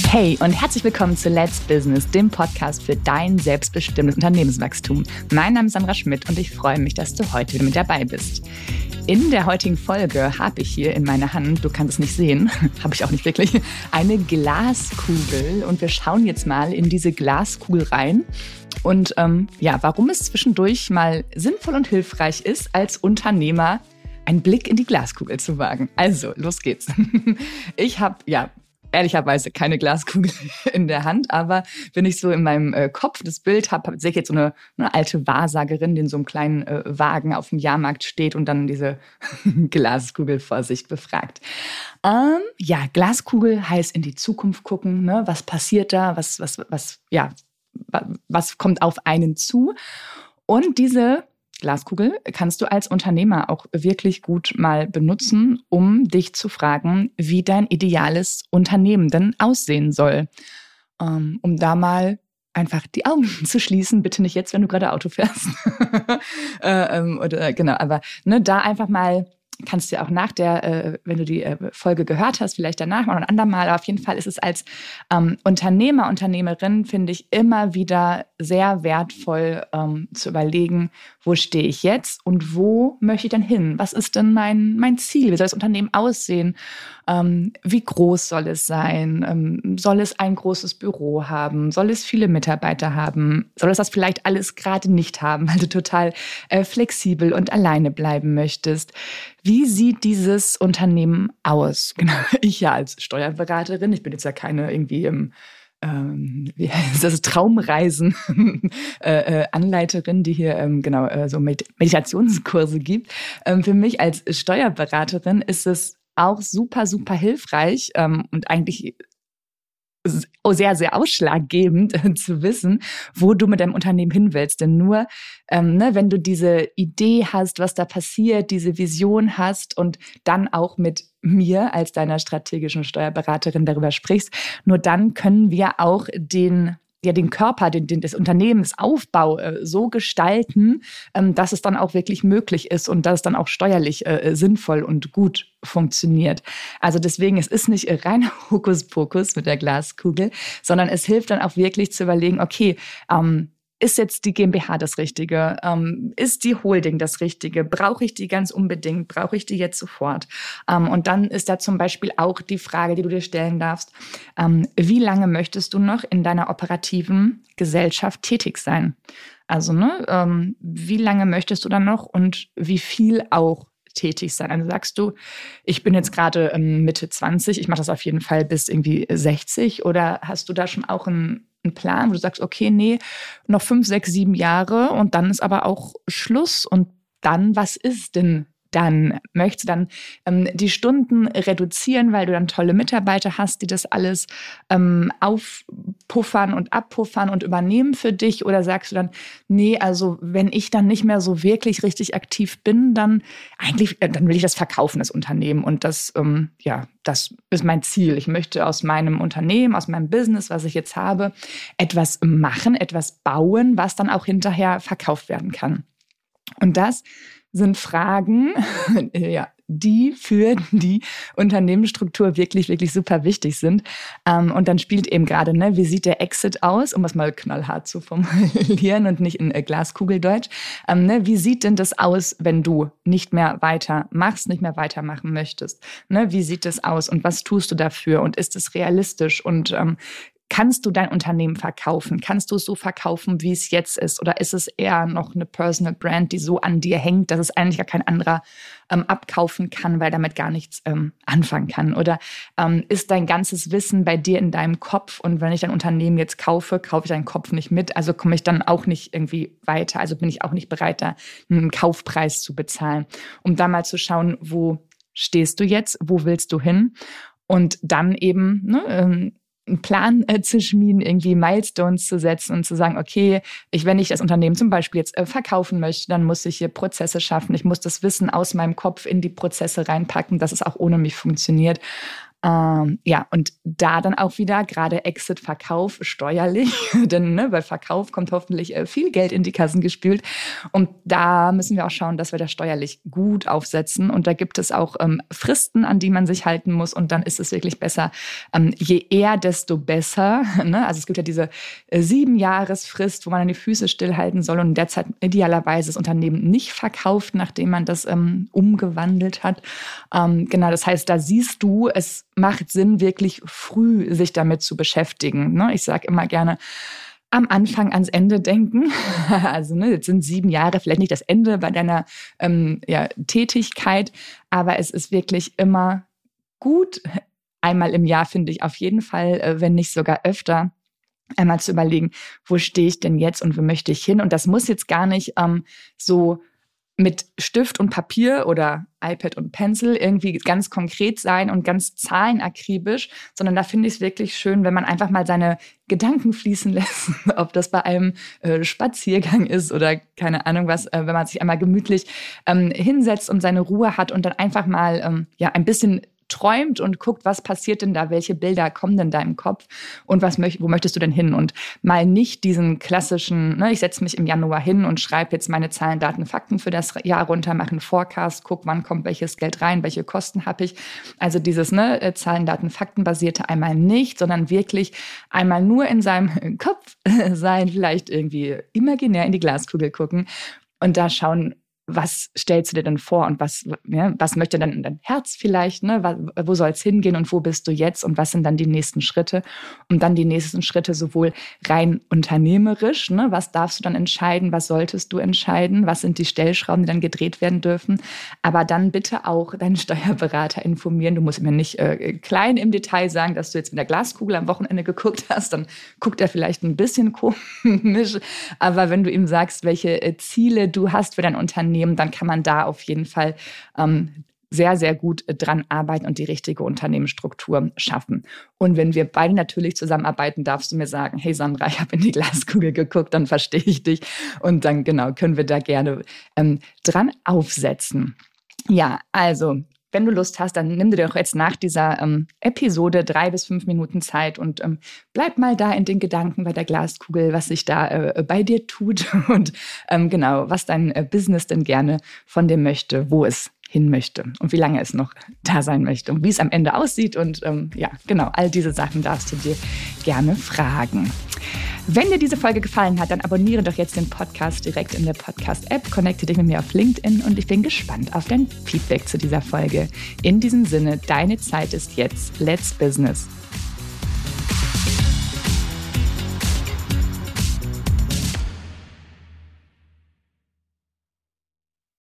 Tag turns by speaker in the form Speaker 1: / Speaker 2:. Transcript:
Speaker 1: Hey und herzlich willkommen zu Let's Business, dem Podcast für dein selbstbestimmtes Unternehmenswachstum. Mein Name ist Sandra Schmidt und ich freue mich, dass du heute wieder mit dabei bist. In der heutigen Folge habe ich hier in meiner Hand, du kannst es nicht sehen, habe ich auch nicht wirklich, eine Glaskugel und wir schauen jetzt mal in diese Glaskugel rein. Und warum es zwischendurch mal sinnvoll und hilfreich ist, als Unternehmer einen Blick in die Glaskugel zu wagen. Also, los geht's. Ich habe, ehrlicherweise keine Glaskugel in der Hand, aber wenn ich so in meinem Kopf das Bild habe, sehe ich jetzt so eine alte Wahrsagerin, die in so einem kleinen Wagen auf dem Jahrmarkt steht und dann diese Glaskugel vor sich befragt. Glaskugel heißt in die Zukunft gucken, ne? Was passiert da, was kommt auf einen zu? Und diese Glaskugel kannst du als Unternehmer auch wirklich gut mal benutzen, um dich zu fragen, wie dein ideales Unternehmen denn aussehen soll. Um da mal einfach die Augen zu schließen, bitte nicht jetzt, wenn du gerade Auto fährst. Da einfach mal, kannst du ja auch nach wenn du die Folge gehört hast, vielleicht danach mal ein andermal, aber auf jeden Fall ist es als Unternehmer, Unternehmerin, finde ich, immer wieder sehr wertvoll zu überlegen, wo stehe ich jetzt und wo möchte ich denn hin? Was ist denn mein Ziel? Wie soll das Unternehmen aussehen? Wie groß soll es sein? Soll es ein großes Büro haben? Soll es viele Mitarbeiter haben? Soll es das vielleicht alles gerade nicht haben, weil du total flexibel und alleine bleiben möchtest? Wie sieht dieses Unternehmen aus? Genau, ich ja als Steuerberaterin, ich bin jetzt ja keine irgendwie Traumreisen Anleiterin, die hier so Meditationskurse gibt. Für mich als Steuerberaterin ist es auch super, super hilfreich und eigentlich sehr, sehr ausschlaggebend zu wissen, wo du mit deinem Unternehmen hin willst. Denn nur, wenn du diese Idee hast, was da passiert, diese Vision hast und dann auch mit mir als deiner strategischen Steuerberaterin darüber sprichst, nur dann können wir auch den Körper, des Unternehmensaufbau so gestalten, dass es dann auch wirklich möglich ist und dass es dann auch steuerlich sinnvoll und gut funktioniert. Also deswegen, es ist nicht reiner Hokuspokus mit der Glaskugel, sondern es hilft dann auch wirklich zu überlegen, okay, ist jetzt die GmbH das Richtige? Ist die Holding das Richtige? Brauche ich die ganz unbedingt? Brauche ich die jetzt sofort? Und dann ist da zum Beispiel auch die Frage, die du dir stellen darfst, wie lange möchtest du noch in deiner operativen Gesellschaft tätig sein? Also, wie lange möchtest du dann noch und wie viel auch tätig sein? Also sagst du, ich bin jetzt gerade Mitte 20, ich mache das auf jeden Fall bis irgendwie 60, oder hast du da schon auch einen Plan, wo du sagst, okay, nee, noch 5, 6, 7 Jahre und dann ist aber auch Schluss. Und dann, was ist denn dann? Möchtest du dann die Stunden reduzieren, weil du dann tolle Mitarbeiter hast, die das alles aufpuffern und abpuffern und übernehmen für dich? Oder sagst du dann, nee, also wenn ich dann nicht mehr so wirklich richtig aktiv bin, dann will ich das verkaufen, das Unternehmen. Und das ist mein Ziel. Ich möchte aus meinem Unternehmen, aus meinem Business, was ich jetzt habe, etwas machen, etwas bauen, was dann auch hinterher verkauft werden kann. Und das sind Fragen, die für die Unternehmensstruktur wirklich, wirklich super wichtig sind. Und dann spielt eben gerade, wie sieht der Exit aus, um es mal knallhart zu formulieren und nicht in Glaskugeldeutsch. Wie sieht denn das aus, wenn du nicht mehr weitermachst, nicht mehr weitermachen möchtest? Wie sieht das aus und was tust du dafür und ist es realistisch und kannst du dein Unternehmen verkaufen? Kannst du es so verkaufen, wie es jetzt ist? Oder ist es eher noch eine Personal Brand, die so an dir hängt, dass es eigentlich gar kein anderer abkaufen kann, weil damit gar nichts anfangen kann? Oder ist dein ganzes Wissen bei dir in deinem Kopf und wenn ich dein Unternehmen jetzt kaufe ich deinen Kopf nicht mit, also komme ich dann auch nicht irgendwie weiter, also bin ich auch nicht bereit, da einen Kaufpreis zu bezahlen, um da mal zu schauen, wo stehst du jetzt, wo willst du hin? Und dann eben einen Plan zu schmieden, irgendwie Milestones zu setzen und zu sagen, okay, wenn ich das Unternehmen zum Beispiel jetzt verkaufen möchte, dann muss ich hier Prozesse schaffen. Ich muss das Wissen aus meinem Kopf in die Prozesse reinpacken, dass es auch ohne mich funktioniert. Ja, und da dann auch wieder gerade Exit-Verkauf steuerlich, denn bei Verkauf kommt hoffentlich viel Geld in die Kassen gespült. Und da müssen wir auch schauen, dass wir das steuerlich gut aufsetzen. Und da gibt es auch Fristen, an die man sich halten muss. Und dann ist es wirklich besser, je eher, desto besser. Ne? Also es gibt ja diese 7-Jahres-Frist, wo man dann die Füße stillhalten soll und in der Zeit idealerweise das Unternehmen nicht verkauft, nachdem man das umgewandelt hat. Genau, das heißt, da siehst du, es macht Sinn, wirklich früh sich damit zu beschäftigen. Ne? Ich sage immer gerne, am Anfang ans Ende denken. Also jetzt sind 7 Jahre vielleicht nicht das Ende bei deiner Tätigkeit, aber es ist wirklich immer gut, einmal im Jahr finde ich auf jeden Fall, wenn nicht sogar öfter, einmal zu überlegen, wo stehe ich denn jetzt und wo möchte ich hin? Und das muss jetzt gar nicht so mit Stift und Papier oder iPad und Pencil irgendwie ganz konkret sein und ganz zahlenakribisch, sondern da finde ich es wirklich schön, wenn man einfach mal seine Gedanken fließen lässt, ob das bei einem Spaziergang ist oder keine Ahnung was, wenn man sich einmal gemütlich hinsetzt und seine Ruhe hat und dann einfach mal ein bisschen träumt und guckt, was passiert denn da, welche Bilder kommen denn da im Kopf und wo möchtest du denn hin? Und mal nicht diesen klassischen, ich setze mich im Januar hin und schreibe jetzt meine Zahlen, Daten, Fakten für das Jahr runter, mache einen Forecast, guck, wann kommt welches Geld rein, welche Kosten habe ich. Also dieses Zahlen, Daten, Fakten basierte einmal nicht, sondern wirklich einmal nur in seinem Kopf sein, vielleicht irgendwie imaginär in die Glaskugel gucken und da schauen, was stellst du dir denn vor und was möchte denn dein Herz vielleicht, wo soll es hingehen und wo bist du jetzt und was sind dann die nächsten Schritte? Und dann die nächsten Schritte sowohl rein unternehmerisch, was darfst du dann entscheiden, was solltest du entscheiden, was sind die Stellschrauben, die dann gedreht werden dürfen, aber dann bitte auch deinen Steuerberater informieren. Du musst mir nicht klein im Detail sagen, dass du jetzt mit der Glaskugel am Wochenende geguckt hast, dann guckt er vielleicht ein bisschen komisch, aber wenn du ihm sagst, welche Ziele du hast für dein Unternehmen, dann kann man da auf jeden Fall sehr, sehr gut dran arbeiten und die richtige Unternehmensstruktur schaffen. Und wenn wir beide natürlich zusammenarbeiten, darfst du mir sagen, hey Sandra, ich habe in die Glaskugel geguckt, dann verstehe ich dich. Und dann können wir da gerne dran aufsetzen. Ja, also wenn du Lust hast, dann nimm dir doch jetzt nach dieser Episode 3 bis 5 Minuten Zeit und bleib mal da in den Gedanken bei der Glaskugel, was sich da bei dir tut und was dein Business denn gerne von dir möchte, wo es hin möchte und wie lange es noch da sein möchte und wie es am Ende aussieht. Und all diese Sachen darfst du dir gerne fragen. Wenn dir diese Folge gefallen hat, dann abonniere doch jetzt den Podcast direkt in der Podcast-App, connecte dich mit mir auf LinkedIn und ich bin gespannt auf dein Feedback zu dieser Folge. In diesem Sinne, deine Zeit ist jetzt. Let's Business.